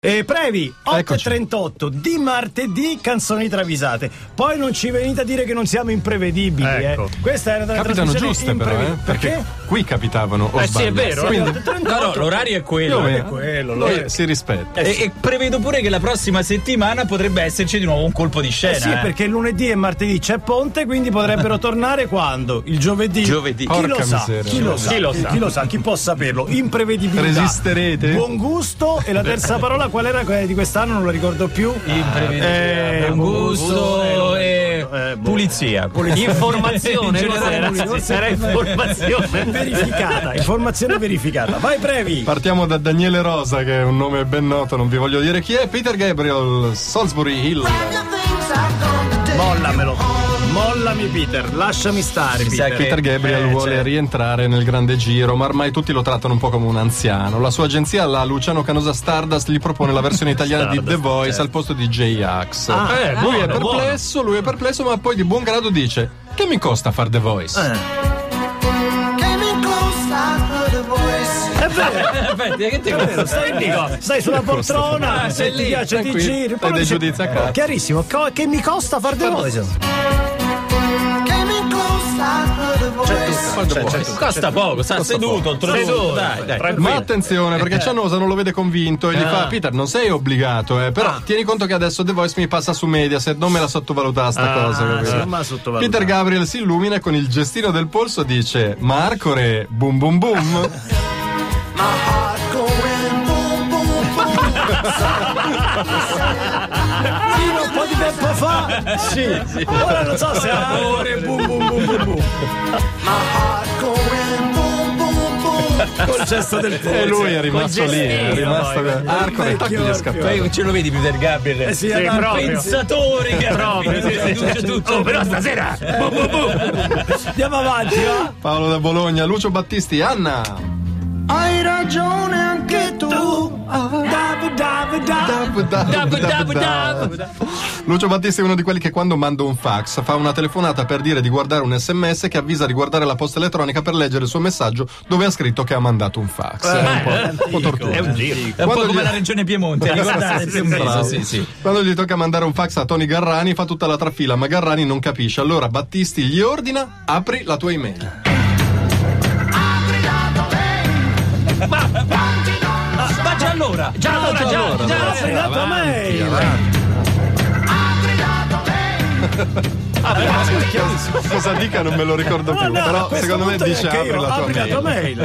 Previ 8:38 di martedì, canzoni travisate. Poi non ci venite a dire che non siamo imprevedibili. Ecco. Questa era una capitano giuste però, perché qui capitavano o sì, è vero. Quindi, no, l'orario è quello. Si rispetta. E prevedo pure che la prossima settimana potrebbe esserci di nuovo un colpo di scena. Sì, perché lunedì e martedì c'è ponte, quindi potrebbero tornare quando? Il giovedì. Chi lo sa? Chi lo sa? Chi può saperlo? Imprevedibilità. Resisterete? Buon gusto. E la terza parola qual era quella di quest'anno? Non la ricordo più. Buon gusto e pulizia. Informazione. Era informazione verificata. Informazione verificata. Vai, Previ. Partiamo da Daniele Rosa, che è un nome ben noto, non vi voglio dire chi è. Peter Gabriel, Salisbury Hill. Mollami Peter, lasciami stare Peter Gabriel vuole rientrare nel grande giro, ma ormai tutti lo trattano un po' come un anziano. La sua agenzia, la Luciano Canosa Stardust, gli propone la versione italiana di The Voice al posto di J-Ax. Lui è perplesso, ma poi di buon grado dice: che mi costa far The Voice? È vero, stai lì, stai sulla poltrona, se ti piace ti giri. Fai dei giudizi a caso. Chiarissimo, che mi costa far The Voice? Costa poco, sta seduto, dai. Ma attenzione, perché Cianosa non lo vede convinto e gli fa: Peter, non sei obbligato, però tieni conto che adesso The Voice mi passa su Mediaset, non me la sottovaluta sta cosa. Peter Gabriel si illumina e con il gestino del polso dice: Marcore, boom boom boom. Fino a un po' di tempo fa, sì. Ora non so se amore, boom boom boom boom boom. Col gesto del polso. E lui è rimasto lì, è rimasto arco e tacchi gli scappati. Ce lo vedi Peter Gabriel? Sì, è proprio. Pensatore che proprio tutto. Però stasera andiamo avanti, va? Paolo da Bologna, Lucio Battisti, Anna. Hai ragione anche tu. Lucio Battisti è uno di quelli che quando manda un fax fa una telefonata per dire di guardare un SMS che avvisa di guardare la posta elettronica per leggere il suo messaggio dove ha scritto che ha mandato un fax. È un po' tortura. È un giro. È un po' come la regione Piemonte. Sì. Quando gli tocca mandare un fax a Tony Garrani fa tutta la trafila, ma Garrani non capisce. Allora Battisti gli ordina: apri la tua email. Ma già allora. Apri la tua mail. Cosa dica non me lo ricordo più, però secondo me dice apri la tua mail.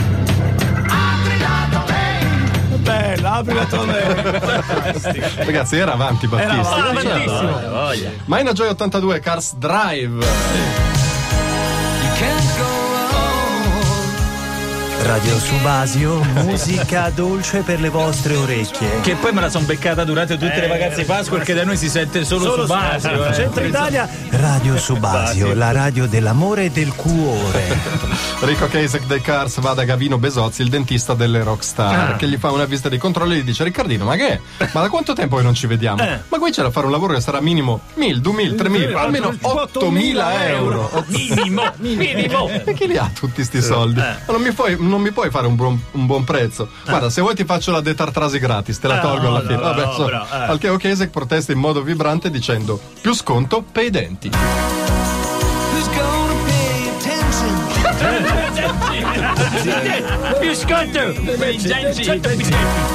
Bella, apri la tua mail. Ragazzi, era avanti Battisti. Maina Joy 82, Cars Drive. Radio Subasio, musica dolce per le vostre orecchie. Che poi me la son beccata durante tutte le vacanze di Pasqua, perché da noi si sente solo Subasio. Centro Italia. Radio Subasio, la radio dell'amore e del cuore. Rico Kasek dei Cars va da Gavino Besozzi, il dentista delle Rockstar, che gli fa una visita di controllo e gli dice: Riccardino, ma che è? Ma da quanto tempo che non ci vediamo? Ma qui c'è da fare un lavoro che sarà minimo 1.000, 2.000, 3.000, almeno 8.000 euro. Minimo. E chi li ha tutti sti soldi? Ma non mi puoi fare un buon prezzo. Guarda, se vuoi ti faccio la detartrasi gratis, te la tolgo alla fine. Al che Okesek protesta in modo vibrante dicendo: più sconto per i denti. Più sconto per i denti.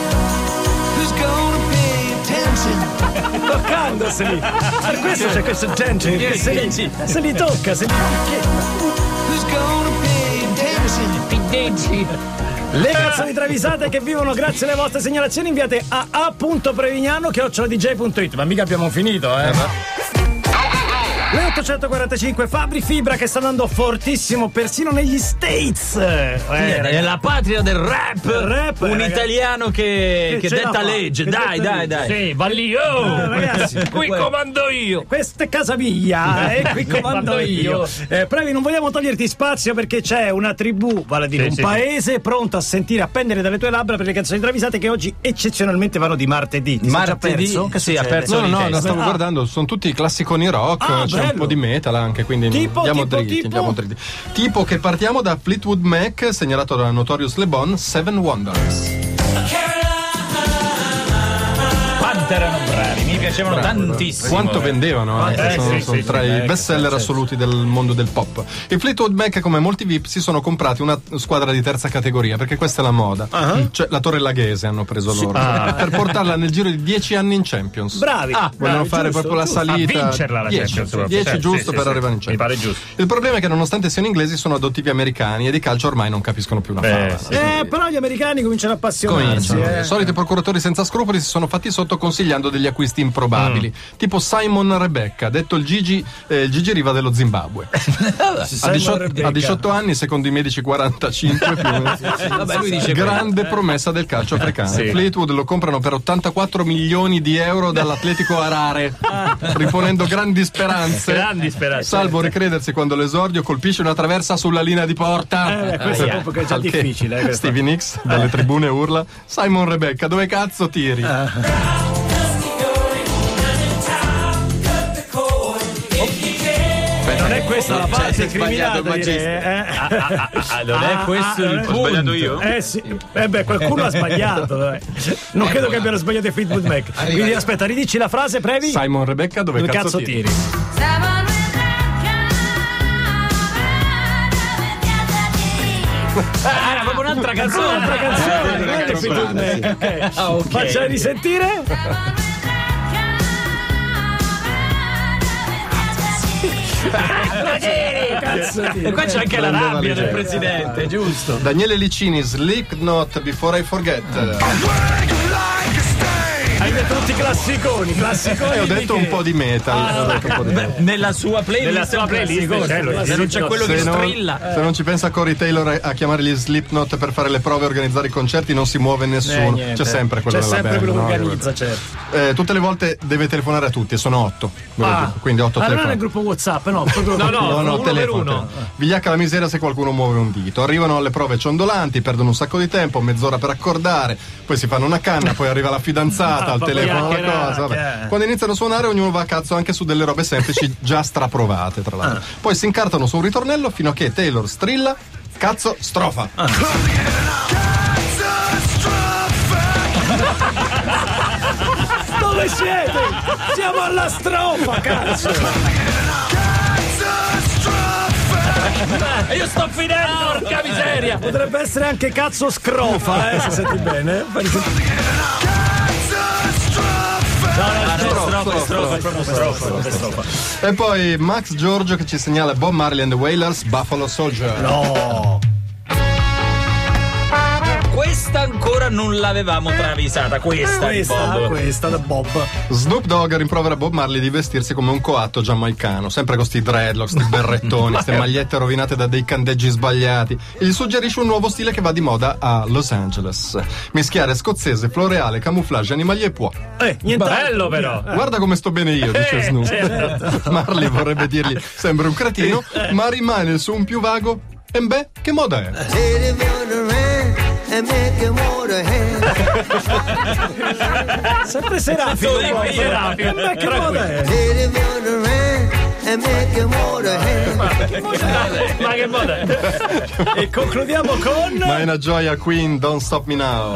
Toccandoseli. Per questo c'è questo gente che se li tocca, se li Le canzoni travisate che vivono grazie alle vostre segnalazioni inviate a a.prevignano@dj.it. Ma mica abbiamo finito, Le 845 Fabri Fibra che sta andando fortissimo persino negli States. È la patria del rap un italiano che detta legge. Dai. Sì, va lì, ragazzi. Qui comando io. Questa è casa mia, qui comando io. Previ, non vogliamo toglierti spazio perché c'è una tribù, vale a dire un paese pronto a sentire appendere dalle tue labbra per le canzoni travisate che oggi eccezionalmente vanno di martedì. Martedì? Che sì, ha perso. No, stavo guardando, sono tutti classiconi rock, c'è un po' di metal anche, quindi andiamo dritti. Tipo che partiamo da Fleetwood Mac, segnalato da Notorious Le Bon, Seven Wonders. quanto erano bravi, mi piacevano tantissimo. Quanto vendevano, sono tra i best seller assoluti del mondo del pop. I Fleetwood Mac, come molti VIP, si sono comprati una squadra di terza categoria, perché questa è la moda. Cioè la Torre Laghese hanno preso loro per portarla nel giro di 10 anni in Champions. Bravi. Vogliono fare proprio la salita. A vincerla la Champions. 10 giusto per arrivare in Champions. Mi pare giusto. Il problema è che nonostante siano inglesi sono adottivi americani e di calcio ormai non capiscono più una fava. Però gli americani cominciano a appassionarsi. I soliti procuratori senza scrupoli si sono fatti sotto consigliando degli acquisti improbabili, tipo Simon Rebecca, detto il Gigi Riva dello Zimbabwe. A 18 anni, secondo i medici 45 più. Vabbè, lui dice grande promessa del calcio africano. Fleetwood lo comprano per 84 milioni di euro dall'Atletico Harare, riponendo grandi speranze. Salvo ricredersi quando l'esordio colpisce una traversa sulla linea di porta. Questo è proprio che è già difficile. Stevie Nicks dalle tribune urla: Simon Rebecca, dove cazzo tiri? Non è questa la parte criminale, non è questo il punto. Ho sbagliato io? Sì. Qualcuno ha sbagliato. Non credo che abbiano sbagliato i Fleetwood Mac. Quindi aspetta, ridici la frase, Previ. Simon Rebecca, dove cazzo tiri? Era proprio un'altra canzone. Faccia risentire. E qua c'è anche la rabbia del presidente, giusto? Daniele Licini, Slipknot, Before I Forget. Hai detto tutti classiconi. Ho detto un po' di metal. Nella sua playlist. Se non c'è quello che strilla. Se non ci pensa Corey Taylor a chiamare gli Slipknot per fare le prove e organizzare i concerti, non si muove nessuno. C'è sempre quello della band. Quello che organizza, certo. Tutte le volte deve telefonare a tutti, e sono 8. Quindi 8 telefoni. Non è il gruppo WhatsApp, no, telefono. Vigliacca la miseria se qualcuno muove un dito. Arrivano alle prove ciondolanti, perdono un sacco di tempo, mezz'ora per accordare, poi si fanno una canna, poi arriva la fidanzata al telefono, la cosa. Vabbè. Quando iniziano a suonare ognuno va a cazzo anche su delle robe semplici già straprovate, tra l'altro. Poi si incartano su un ritornello fino a che Taylor strilla: cazzo, strofa. Dove siete? Siamo alla strofa, cazzo! Io sto finendo, porca miseria! Potrebbe essere anche cazzo scrofa, se senti bene. Strofa. E poi Max Giorgio che ci segnala Bob Marley and the Wailers, Buffalo Soldier. No! Questa ancora non l'avevamo travisata, questa da Bob. Snoop Dogg rimprovera Bob Marley di vestirsi come un coatto giamaicano, sempre con sti dreadlocks, sti berrettoni, ste magliette rovinate da dei candeggi sbagliati, e gli suggerisce un nuovo stile che va di moda a Los Angeles: mischiare scozzese, floreale, camouflage, animalier può. Bello però. Guarda come sto bene io, dice Snoop. Certo. Marley vorrebbe dirgli: sembra un cretino, ma rimane su un più vago: e beh, che moda è? Sempre Serafino. Che moda è? Ma che moda è? E concludiamo con Ma è una gioia, Queen, Don't Stop Me Now.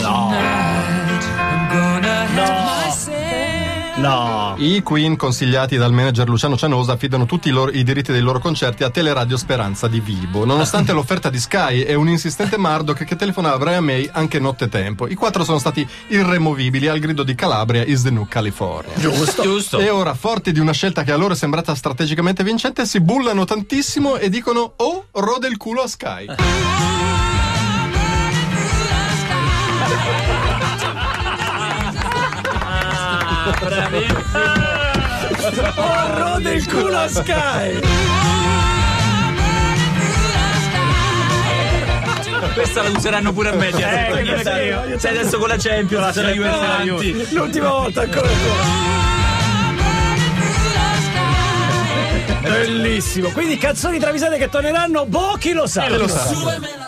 No. I Queen, consigliati dal manager Luciano Cianosa, affidano tutti i diritti dei loro concerti a Teleradio Speranza di Vibo, nonostante l'offerta di Sky e un insistente Murdoch che telefonava a Brian May anche nottetempo. I 4 sono stati irremovibili al grido di Calabria is the new California. Giusto. E ora, forti di una scelta che a loro è sembrata strategicamente vincente, si bullano tantissimo e dicono: oh, rode il culo a Sky. Porro del culo a Sky. Questa la useranno pure a me. Sei adesso con la Champions, se la Juve avanti. L'ultima volta ancora. Bellissimo. Quindi canzoni travisate che torneranno, chi lo sa.